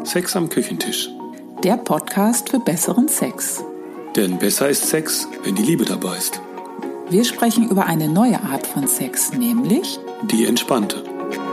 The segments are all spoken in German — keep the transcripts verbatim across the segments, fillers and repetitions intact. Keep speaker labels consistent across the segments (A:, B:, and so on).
A: Sex am Küchentisch.
B: Der Podcast für besseren Sex.
A: Denn besser ist Sex, wenn die Liebe dabei ist.
B: Wir sprechen über eine neue Art von Sex, nämlich
A: die entspannte.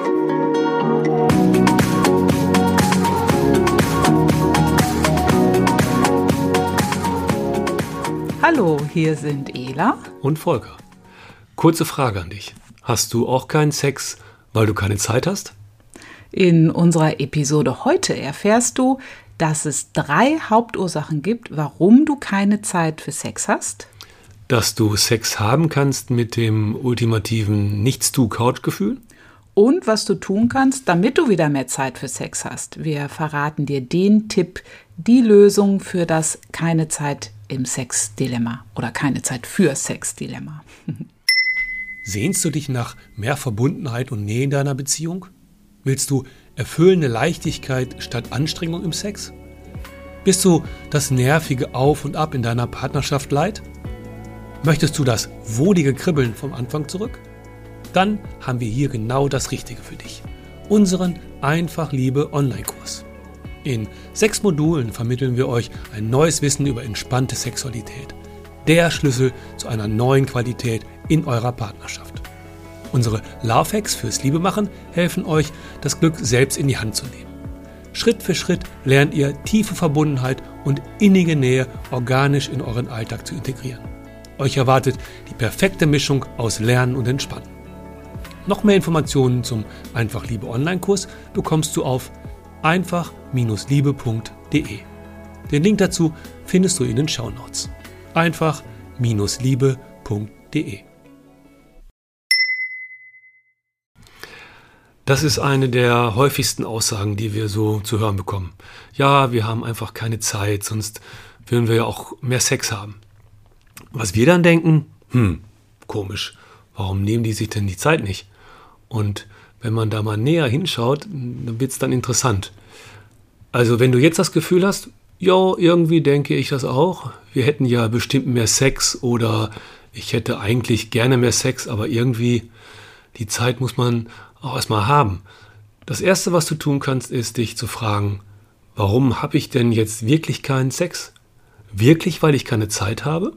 B: Hallo, hier sind Ela
C: und Volker. Kurze Frage an dich. Hast du auch keinen Sex, weil du keine Zeit hast?
B: In unserer Episode heute erfährst du, dass es drei Hauptursachen gibt, warum du keine Zeit für Sex hast.
C: Dass du Sex haben kannst mit dem ultimativen Nichts-tu-Couch-Gefühl.
B: Und was du tun kannst, damit du wieder mehr Zeit für Sex hast. Wir verraten dir den Tipp, die Lösung für das keine Zeit im Sex-Dilemma oder keine Zeit für Sex-Dilemma.
C: Sehnst du dich nach mehr Verbundenheit und Nähe in deiner Beziehung? Willst du erfüllende Leichtigkeit statt Anstrengung im Sex? Bist du das nervige Auf und Ab in deiner Partnerschaft leid? Möchtest du das wohlige Kribbeln vom Anfang zurück? Dann haben wir hier genau das Richtige für dich. Unseren Einfach-Liebe-Online-Kurs. In sechs Modulen vermitteln wir euch ein neues Wissen über entspannte Sexualität. Der Schlüssel zu einer neuen Qualität in eurer Partnerschaft. Unsere Love Hacks fürs Liebemachen helfen euch, das Glück selbst in die Hand zu nehmen. Schritt für Schritt lernt ihr tiefe Verbundenheit und innige Nähe organisch in euren Alltag zu integrieren. Euch erwartet die perfekte Mischung aus Lernen und Entspannen. Noch mehr Informationen zum Einfach-Liebe Online-Kurs bekommst du auf einfach Liebe punkt de. Den Link dazu findest du in den Shownotes. einfach Liebe punkt de. Das ist eine der häufigsten Aussagen, die wir so zu hören bekommen. Ja, wir haben einfach keine Zeit, sonst würden wir ja auch mehr Sex haben. Was wir dann denken, hm, komisch, warum nehmen die sich denn die Zeit nicht? Und wenn man da mal näher hinschaut, dann wird es dann interessant. Also wenn du jetzt das Gefühl hast, ja, irgendwie denke ich das auch, wir hätten ja bestimmt mehr Sex oder ich hätte eigentlich gerne mehr Sex, aber irgendwie die Zeit muss man auch erstmal haben. Das Erste, was du tun kannst, ist dich zu fragen, warum habe ich denn jetzt wirklich keinen Sex? Wirklich, weil ich keine Zeit habe?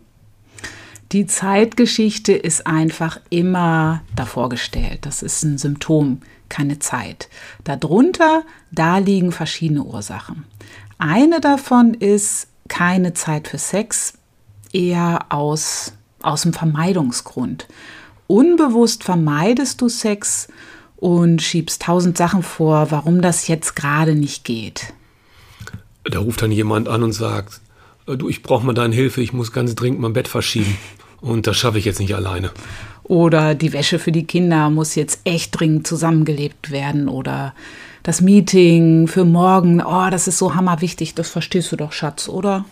B: Die Zeitgeschichte ist einfach immer davor gestellt. Das ist ein Symptom, keine Zeit. Darunter, da liegen verschiedene Ursachen. Eine davon ist keine Zeit für Sex, eher aus, aus dem Vermeidungsgrund. Unbewusst vermeidest du Sex und schiebst tausend Sachen vor, warum das jetzt gerade nicht geht.
C: Da ruft dann jemand an und sagt, du, ich brauche mal deine Hilfe, ich muss ganz dringend mein Bett verschieben. Und das schaffe ich jetzt nicht alleine.
B: Oder die Wäsche für die Kinder muss jetzt echt dringend zusammengelebt werden. Oder das Meeting für morgen, oh, das ist so hammerwichtig, das verstehst du doch, Schatz, oder?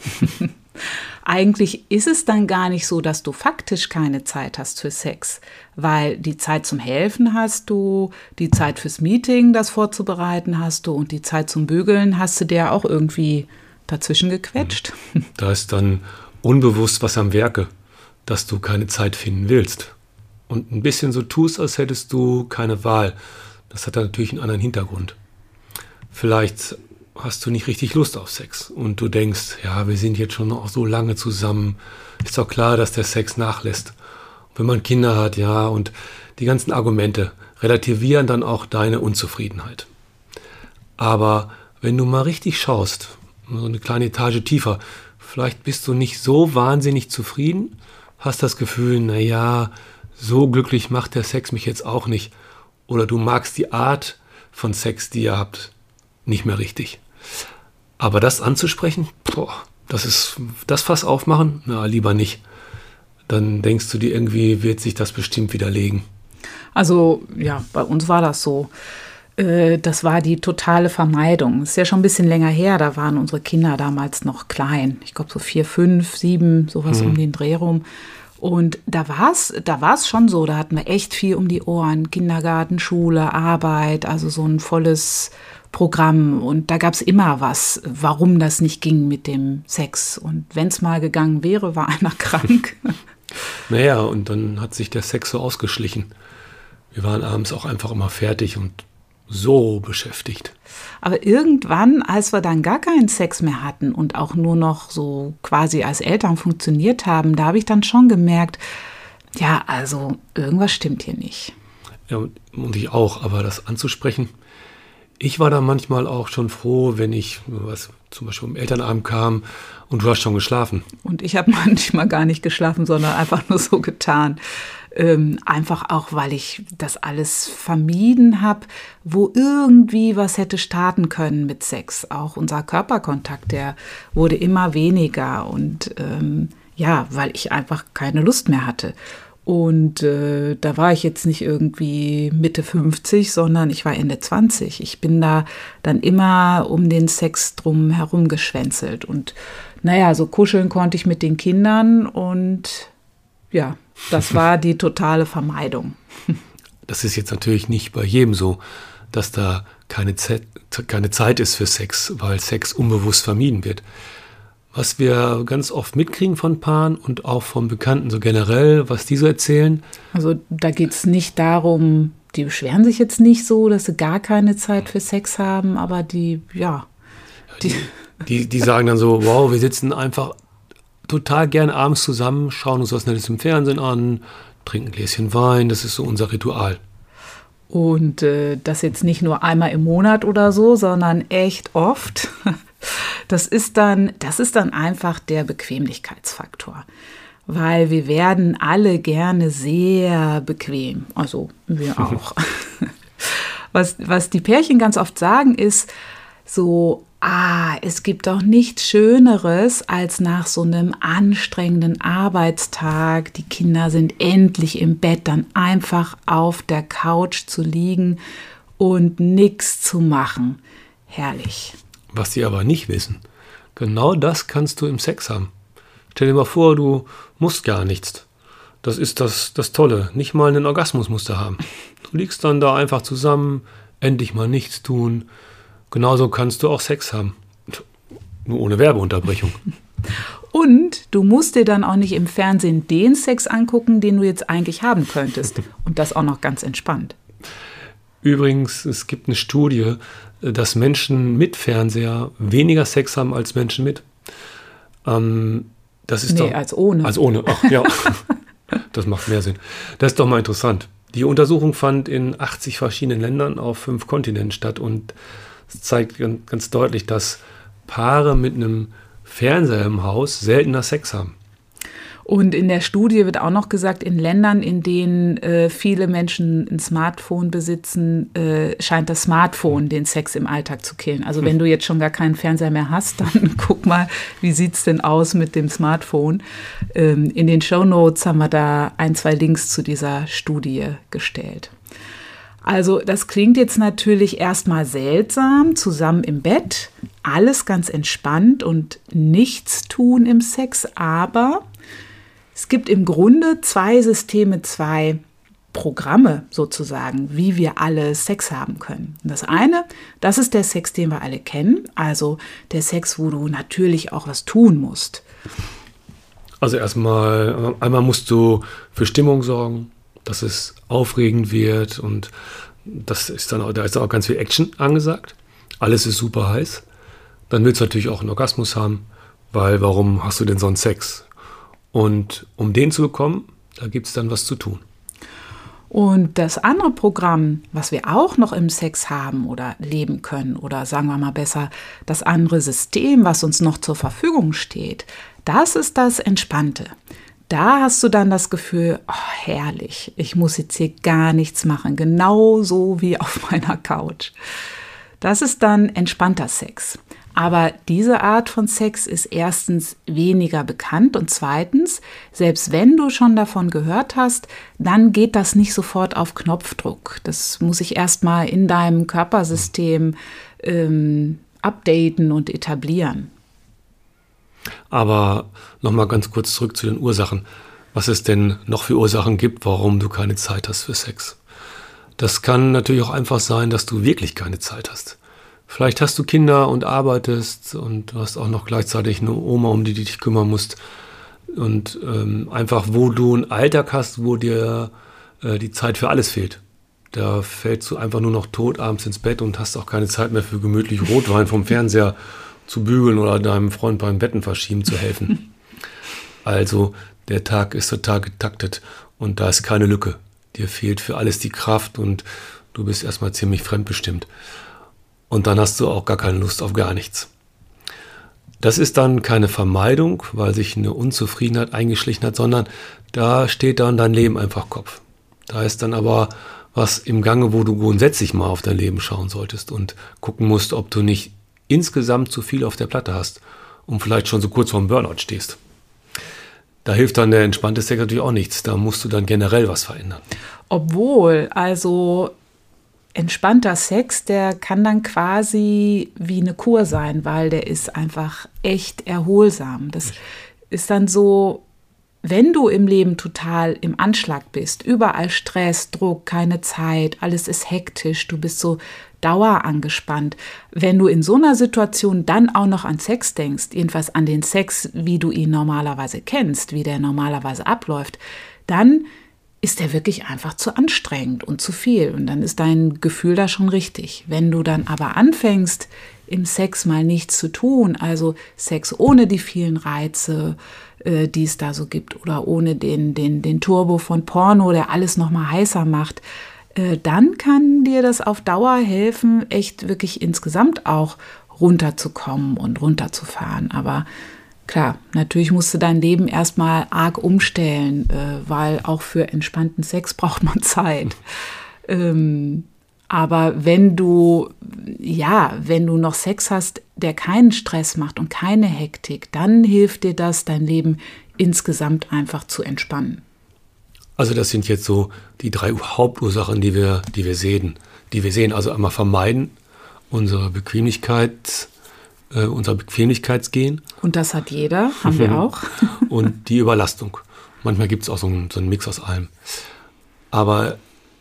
B: Eigentlich ist es dann gar nicht so, dass du faktisch keine Zeit hast für Sex, weil die Zeit zum Helfen hast du, die Zeit fürs Meeting, das vorzubereiten hast du und die Zeit zum Bügeln hast du dir auch irgendwie dazwischen gequetscht.
C: Da ist dann unbewusst was am Werke, dass du keine Zeit finden willst. Und ein bisschen so tust, als hättest du keine Wahl. Das hat dann natürlich einen anderen Hintergrund. Vielleicht hast du nicht richtig Lust auf Sex und du denkst, ja, wir sind jetzt schon auch so lange zusammen. Ist doch klar, dass der Sex nachlässt. Wenn man Kinder hat, ja, und die ganzen Argumente relativieren dann auch deine Unzufriedenheit. Aber wenn du mal richtig schaust, so eine kleine Etage tiefer, vielleicht bist du nicht so wahnsinnig zufrieden, hast das Gefühl, naja, so glücklich macht der Sex mich jetzt auch nicht. Oder du magst die Art von Sex, die ihr habt, nicht mehr richtig. Aber das anzusprechen, boah, das ist das Fass aufmachen, na, lieber nicht. Dann denkst du dir, irgendwie wird sich das bestimmt widerlegen.
B: Also ja, bei uns war das so. Das war die totale Vermeidung. Das ist ja schon ein bisschen länger her, da waren unsere Kinder damals noch klein. Ich glaube so vier, fünf, sieben, sowas mhm. um den Dreh rum. Und da war es da war's schon so, da hatten wir echt viel um die Ohren. Kindergarten, Schule, Arbeit, also so ein volles Programm. Und da gab es immer was, warum das nicht ging mit dem Sex. Und wenn es mal gegangen wäre, war einer krank.
C: Naja, und dann hat sich der Sex so ausgeschlichen. Wir waren abends auch einfach immer fertig und so beschäftigt.
B: Aber irgendwann, als wir dann gar keinen Sex mehr hatten und auch nur noch so quasi als Eltern funktioniert haben, da habe ich dann schon gemerkt, ja, also irgendwas stimmt hier nicht.
C: Ja, und ich auch, aber das anzusprechen, ich war da manchmal auch schon froh, wenn ich was, zum Beispiel am Elternabend kam und du hast schon geschlafen.
B: Und ich habe manchmal gar nicht geschlafen, sondern einfach nur so getan. Ähm, einfach auch, weil ich das alles vermieden habe, wo irgendwie was hätte starten können mit Sex. Auch unser Körperkontakt, der wurde immer weniger und ähm, ja, weil ich einfach keine Lust mehr hatte. Und äh, da war ich jetzt nicht irgendwie Mitte fünfzig, sondern ich war Ende zwanzig. Ich bin da dann immer um den Sex drum herum geschwänzelt. Und naja, so kuscheln konnte ich mit den Kindern und ja, das war die totale Vermeidung.
C: Das ist jetzt natürlich nicht bei jedem so, dass da keine Zeit, keine Zeit ist für Sex, weil Sex unbewusst vermieden wird. Was wir ganz oft mitkriegen von Paaren und auch von Bekannten so generell, was die so erzählen.
B: Also da geht es nicht darum, die beschweren sich jetzt nicht so, dass sie gar keine Zeit für Sex haben, aber die, ja.
C: Die, die, die sagen dann so, wow, wir sitzen einfach total gerne abends zusammen, schauen uns was Nettes im Fernsehen an, trinken ein Gläschen Wein, das ist so unser Ritual.
B: Und äh, das jetzt nicht nur einmal im Monat oder so, sondern echt oft. Das ist dann, das ist dann einfach der Bequemlichkeitsfaktor, weil wir werden alle gerne sehr bequem, also wir auch. Was, was die Pärchen ganz oft sagen ist so, ah, es gibt doch nichts Schöneres, als nach so einem anstrengenden Arbeitstag, die Kinder sind endlich im Bett, dann einfach auf der Couch zu liegen und nichts zu machen. Herrlich.
C: Was die aber nicht wissen, genau das kannst du im Sex haben. Stell dir mal vor, du musst gar nichts. Das ist das, das Tolle. Nicht mal einen Orgasmus musst du haben. Du liegst dann da einfach zusammen, endlich mal nichts tun. Genauso kannst du auch Sex haben. Nur ohne Werbeunterbrechung.
B: Und du musst dir dann auch nicht im Fernsehen den Sex angucken, den du jetzt eigentlich haben könntest. Und das auch noch ganz entspannt.
C: Übrigens, es gibt eine Studie, dass Menschen mit Fernseher weniger Sex haben als Menschen mit. Ähm, das ist
B: nee,
C: doch,
B: als ohne.
C: Als ohne, ach ja. Das macht mehr Sinn. Das ist doch mal interessant. Die Untersuchung fand in achtzig verschiedenen Ländern auf fünf Kontinenten statt und es zeigt ganz deutlich, dass Paare mit einem Fernseher im Haus seltener Sex haben.
B: Und in der Studie wird auch noch gesagt, in Ländern, in denen äh, viele Menschen ein Smartphone besitzen, äh, scheint das Smartphone den Sex im Alltag zu killen. Also wenn du jetzt schon gar keinen Fernseher mehr hast, dann guck mal, wie sieht es denn aus mit dem Smartphone? Ähm, in den Shownotes haben wir da ein, zwei Links zu dieser Studie gestellt. Also das klingt jetzt natürlich erstmal seltsam, zusammen im Bett, alles ganz entspannt und nichts tun im Sex, aber es gibt im Grunde zwei Systeme, zwei Programme sozusagen, wie wir alle Sex haben können. Und das eine, das ist der Sex, den wir alle kennen, also der Sex, wo du natürlich auch was tun musst.
C: Also erstmal, einmal musst du für Stimmung sorgen, dass es aufregend wird und das ist dann auch, da ist auch ganz viel Action angesagt. Alles ist super heiß. Dann willst du natürlich auch einen Orgasmus haben, weil warum hast du denn sonst Sex? Und um den zu bekommen, da gibt es dann was zu tun.
B: Und das andere Programm, was wir auch noch im Sex haben oder leben können, oder sagen wir mal besser, das andere System, was uns noch zur Verfügung steht, das ist das Entspannte. Da hast du dann das Gefühl, oh, herrlich, ich muss jetzt hier gar nichts machen, genauso wie auf meiner Couch. Das ist dann entspannter Sex. Aber diese Art von Sex ist erstens weniger bekannt und zweitens, selbst wenn du schon davon gehört hast, dann geht das nicht sofort auf Knopfdruck. Das muss sich erstmal in deinem Körpersystem ähm, updaten und etablieren.
C: Aber nochmal ganz kurz zurück zu den Ursachen. Was es denn noch für Ursachen gibt, warum du keine Zeit hast für Sex. Das kann natürlich auch einfach sein, dass du wirklich keine Zeit hast. Vielleicht hast du Kinder und arbeitest und du hast auch noch gleichzeitig eine Oma, um die du dich kümmern musst. Und ähm, einfach, wo du einen Alltag hast, wo dir äh, die Zeit für alles fehlt. Da fällst du einfach nur noch tot abends ins Bett und hast auch keine Zeit mehr für gemütlich Rotwein vom Fernseher zu bügeln oder deinem Freund beim Betten verschieben zu helfen. Also der Tag ist total getaktet und da ist keine Lücke. Dir fehlt für alles die Kraft und du bist erstmal ziemlich fremdbestimmt. Und dann hast du auch gar keine Lust auf gar nichts. Das ist dann keine Vermeidung, weil sich eine Unzufriedenheit eingeschlichen hat, sondern da steht dann dein Leben einfach Kopf. Da ist dann aber was im Gange, wo du grundsätzlich mal auf dein Leben schauen solltest und gucken musst, ob du nicht insgesamt zu viel auf der Platte hast und vielleicht schon so kurz vorm Burnout stehst. Da hilft dann der entspannte Sex natürlich auch nichts. Da musst du dann generell was verändern.
B: Obwohl, also entspannter Sex, der kann dann quasi wie eine Kur sein, weil der ist einfach echt erholsam. Das ist dann so, wenn du im Leben total im Anschlag bist, überall Stress, Druck, keine Zeit, alles ist hektisch, du bist so dauerangespannt. Wenn du in so einer Situation dann auch noch an Sex denkst, jedenfalls an den Sex, wie du ihn normalerweise kennst, wie der normalerweise abläuft, dann ist der wirklich einfach zu anstrengend und zu viel. Und dann ist dein Gefühl da schon richtig. Wenn du dann aber anfängst, im Sex mal nichts zu tun, also Sex ohne die vielen Reize, äh, die es da so gibt, oder ohne den, den, den Turbo von Porno, der alles noch mal heißer macht, äh, dann kann dir das auf Dauer helfen, echt wirklich insgesamt auch runterzukommen und runterzufahren. Aber klar, natürlich musst du dein Leben erstmal arg umstellen, äh, weil auch für entspannten Sex braucht man Zeit. Ähm, aber wenn du, ja, wenn du noch Sex hast, der keinen Stress macht und keine Hektik, dann hilft dir das, dein Leben insgesamt einfach zu entspannen.
C: Also das sind jetzt so die drei Hauptursachen, die wir, die wir sehen. Die wir sehen, also einmal vermeiden, unsere Bequemlichkeit, äh, unser Bequemlichkeitsgehen.
B: Und das hat jeder, haben wir auch.
C: Und die Überlastung. Manchmal gibt es auch so einen, so einen Mix aus allem. Aber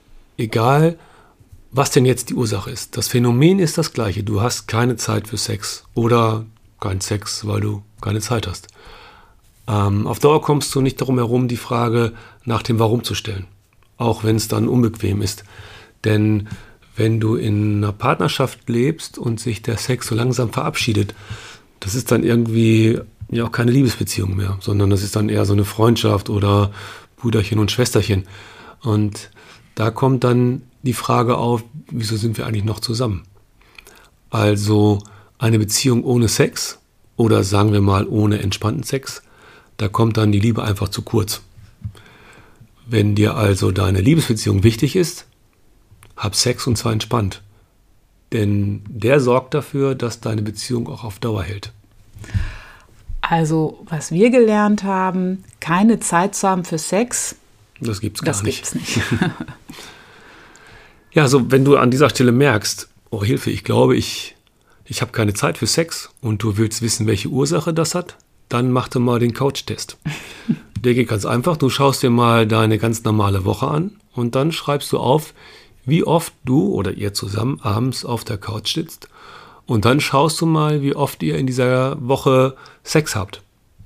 C: egal, was denn jetzt die Ursache ist, das Phänomen ist das gleiche. Du hast keine Zeit für Sex oder keinen Sex, weil du keine Zeit hast. Ähm, auf Dauer kommst du nicht darum herum, die Frage nach dem Warum zu stellen. Auch wenn es dann unbequem ist. Denn wenn du in einer Partnerschaft lebst und sich der Sex so langsam verabschiedet, das ist dann irgendwie ja auch keine Liebesbeziehung mehr, sondern das ist dann eher so eine Freundschaft oder Brüderchen und Schwesterchen. Und da kommt dann die Frage auf, wieso sind wir eigentlich noch zusammen? Also eine Beziehung ohne Sex oder sagen wir mal ohne entspannten Sex, da kommt dann die Liebe einfach zu kurz. Wenn dir also deine Liebesbeziehung wichtig ist, hab Sex und zwar entspannt. Denn der sorgt dafür, dass deine Beziehung auch auf Dauer hält.
B: Also, was wir gelernt haben, keine Zeit zu haben für Sex,
C: das gibt's gar
B: das
C: nicht.
B: Gibt's nicht.
C: Ja, also wenn du an dieser Stelle merkst, oh Hilfe, ich glaube, ich, ich habe keine Zeit für Sex und du willst wissen, welche Ursache das hat, dann mach dir mal den Couch-Test. Der geht ganz einfach, du schaust dir mal deine ganz normale Woche an und dann schreibst du auf, wie oft du oder ihr zusammen abends auf der Couch sitzt und dann schaust du mal, wie oft ihr in dieser Woche Sex habt.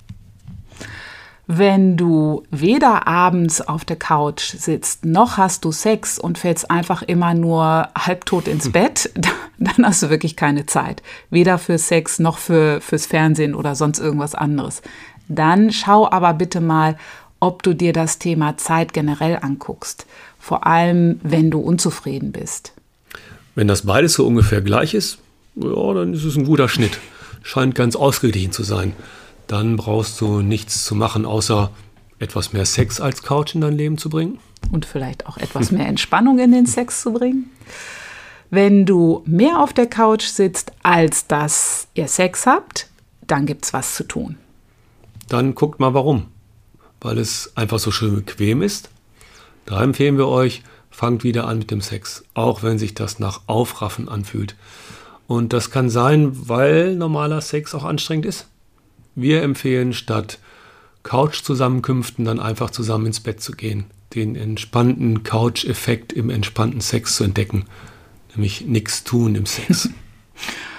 B: Wenn du weder abends auf der Couch sitzt, noch hast du Sex und fällst einfach immer nur halbtot ins Bett, dann hast du wirklich keine Zeit. Weder für Sex noch für, fürs Fernsehen oder sonst irgendwas anderes. Dann schau aber bitte mal, ob du dir das Thema Zeit generell anguckst. Vor allem, wenn du unzufrieden bist.
C: Wenn das beides so ungefähr gleich ist, ja, dann ist es ein guter Schnitt. Scheint ganz ausgeglichen zu sein. Dann brauchst du nichts zu machen, außer etwas mehr Sex als Couch in dein Leben zu bringen.
B: Und vielleicht auch etwas mehr Entspannung in den Sex zu bringen. Wenn du mehr auf der Couch sitzt, als dass ihr Sex habt, dann gibt's was zu tun.
C: Dann guckt mal warum. Weil es einfach so schön bequem ist. Da empfehlen wir euch, fangt wieder an mit dem Sex, auch wenn sich das nach Aufraffen anfühlt. Und das kann sein, weil normaler Sex auch anstrengend ist. Wir empfehlen, statt Couch-Zusammenkünften dann einfach zusammen ins Bett zu gehen, den entspannten Couch-Effekt im entspannten Sex zu entdecken, nämlich nichts tun im Sex.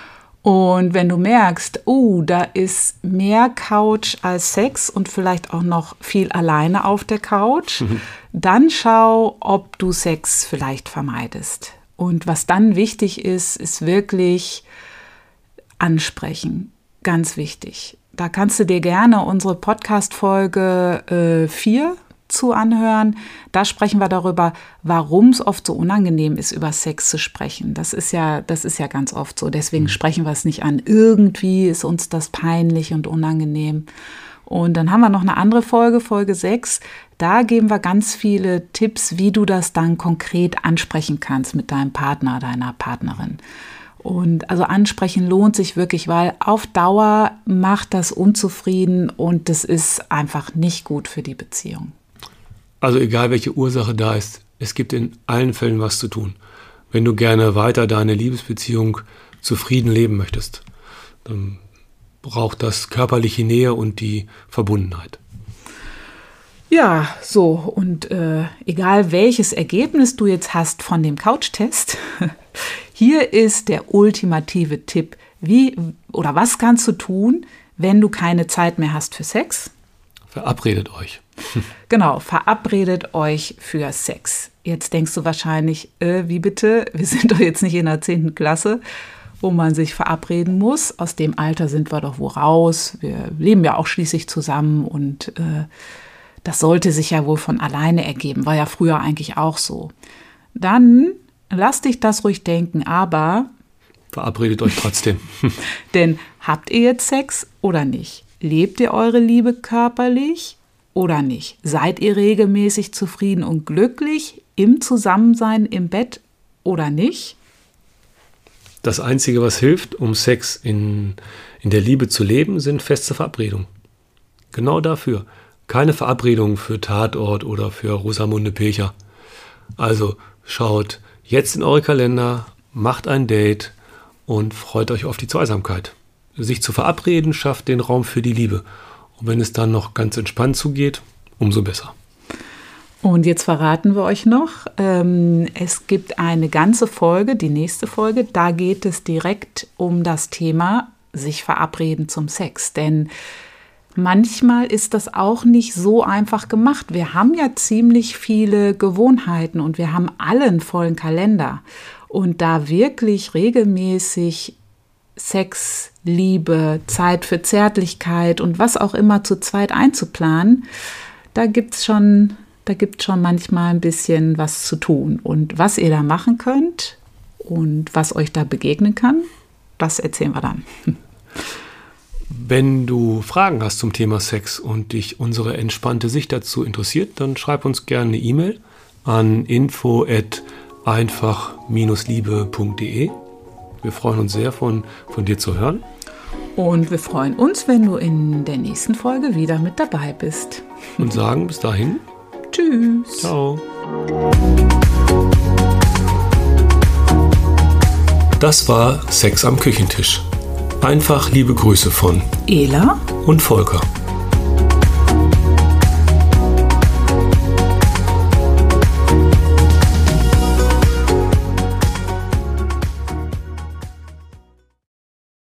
B: Und wenn du merkst, oh, da ist mehr Couch als Sex und vielleicht auch noch viel alleine auf der Couch, mhm. dann schau, ob du Sex vielleicht vermeidest. Und was dann wichtig ist, ist wirklich ansprechen. Ganz wichtig. Da kannst du dir gerne unsere Podcast-Folge vier zu anhören. Da sprechen wir darüber, warum es oft so unangenehm ist, über Sex zu sprechen. Das ist ja, das ist ja ganz oft so. Deswegen mhm. sprechen wir es nicht an. Irgendwie ist uns das peinlich und unangenehm. Und dann haben wir noch eine andere Folge, Folge sechs. Da geben wir ganz viele Tipps, wie du das dann konkret ansprechen kannst mit deinem Partner, deiner Partnerin. Und also ansprechen lohnt sich wirklich, weil auf Dauer macht das unzufrieden und das ist einfach nicht gut für die Beziehung.
C: Also egal, welche Ursache da ist, es gibt in allen Fällen was zu tun. Wenn du gerne weiter deine Liebesbeziehung zufrieden leben möchtest, dann braucht das körperliche Nähe und die Verbundenheit.
B: Ja, so und äh, egal welches Ergebnis du jetzt hast von dem Couch-Test, hier ist der ultimative Tipp. Wie oder was kannst du tun, wenn du keine Zeit mehr hast für Sex?
C: Verabredet euch.
B: Genau, verabredet euch für Sex. Jetzt denkst du wahrscheinlich, äh, wie bitte? Wir sind doch jetzt nicht in der zehnten Klasse, wo man sich verabreden muss. Aus dem Alter sind wir doch wo raus. Wir leben ja auch schließlich zusammen und äh, das sollte sich ja wohl von alleine ergeben. War ja früher eigentlich auch so. Dann lass dich das ruhig denken, aber
C: verabredet euch trotzdem.
B: Denn habt ihr jetzt Sex oder nicht? Lebt ihr eure Liebe körperlich oder nicht? Seid ihr regelmäßig zufrieden und glücklich im Zusammensein im Bett oder nicht?
C: Das Einzige, was hilft, um Sex in, in der Liebe zu leben, sind feste Verabredungen. Genau dafür. Keine Verabredungen für Tatort oder für Rosamunde Pilcher. Also schaut jetzt in eure Kalender, macht ein Date und freut euch auf die Zweisamkeit. Sich zu verabreden schafft den Raum für die Liebe. Und wenn es dann noch ganz entspannt zugeht, umso besser.
B: Und jetzt verraten wir euch noch, ähm, es gibt eine ganze Folge, die nächste Folge, da geht es direkt um das Thema sich verabreden zum Sex. Denn manchmal ist das auch nicht so einfach gemacht. Wir haben ja ziemlich viele Gewohnheiten und wir haben alle einen vollen Kalender. Und da wirklich regelmäßig Sex, Liebe, Zeit für Zärtlichkeit und was auch immer zu zweit einzuplanen, da gibt's schon, da gibt's schon manchmal ein bisschen was zu tun. Und was ihr da machen könnt und was euch da begegnen kann, das erzählen wir dann.
C: Wenn du Fragen hast zum Thema Sex und dich unsere entspannte Sicht dazu interessiert, dann schreib uns gerne eine E-Mail an info at einfach liebe punkt de. Wir freuen uns sehr, von, von dir zu hören.
B: Und wir freuen uns, wenn du in der nächsten Folge wieder mit dabei bist.
C: Und sagen bis dahin.
B: Tschüss.
C: Ciao. Das war Sex am Küchentisch. Einfach liebe Grüße von
B: Ela
C: und Volker.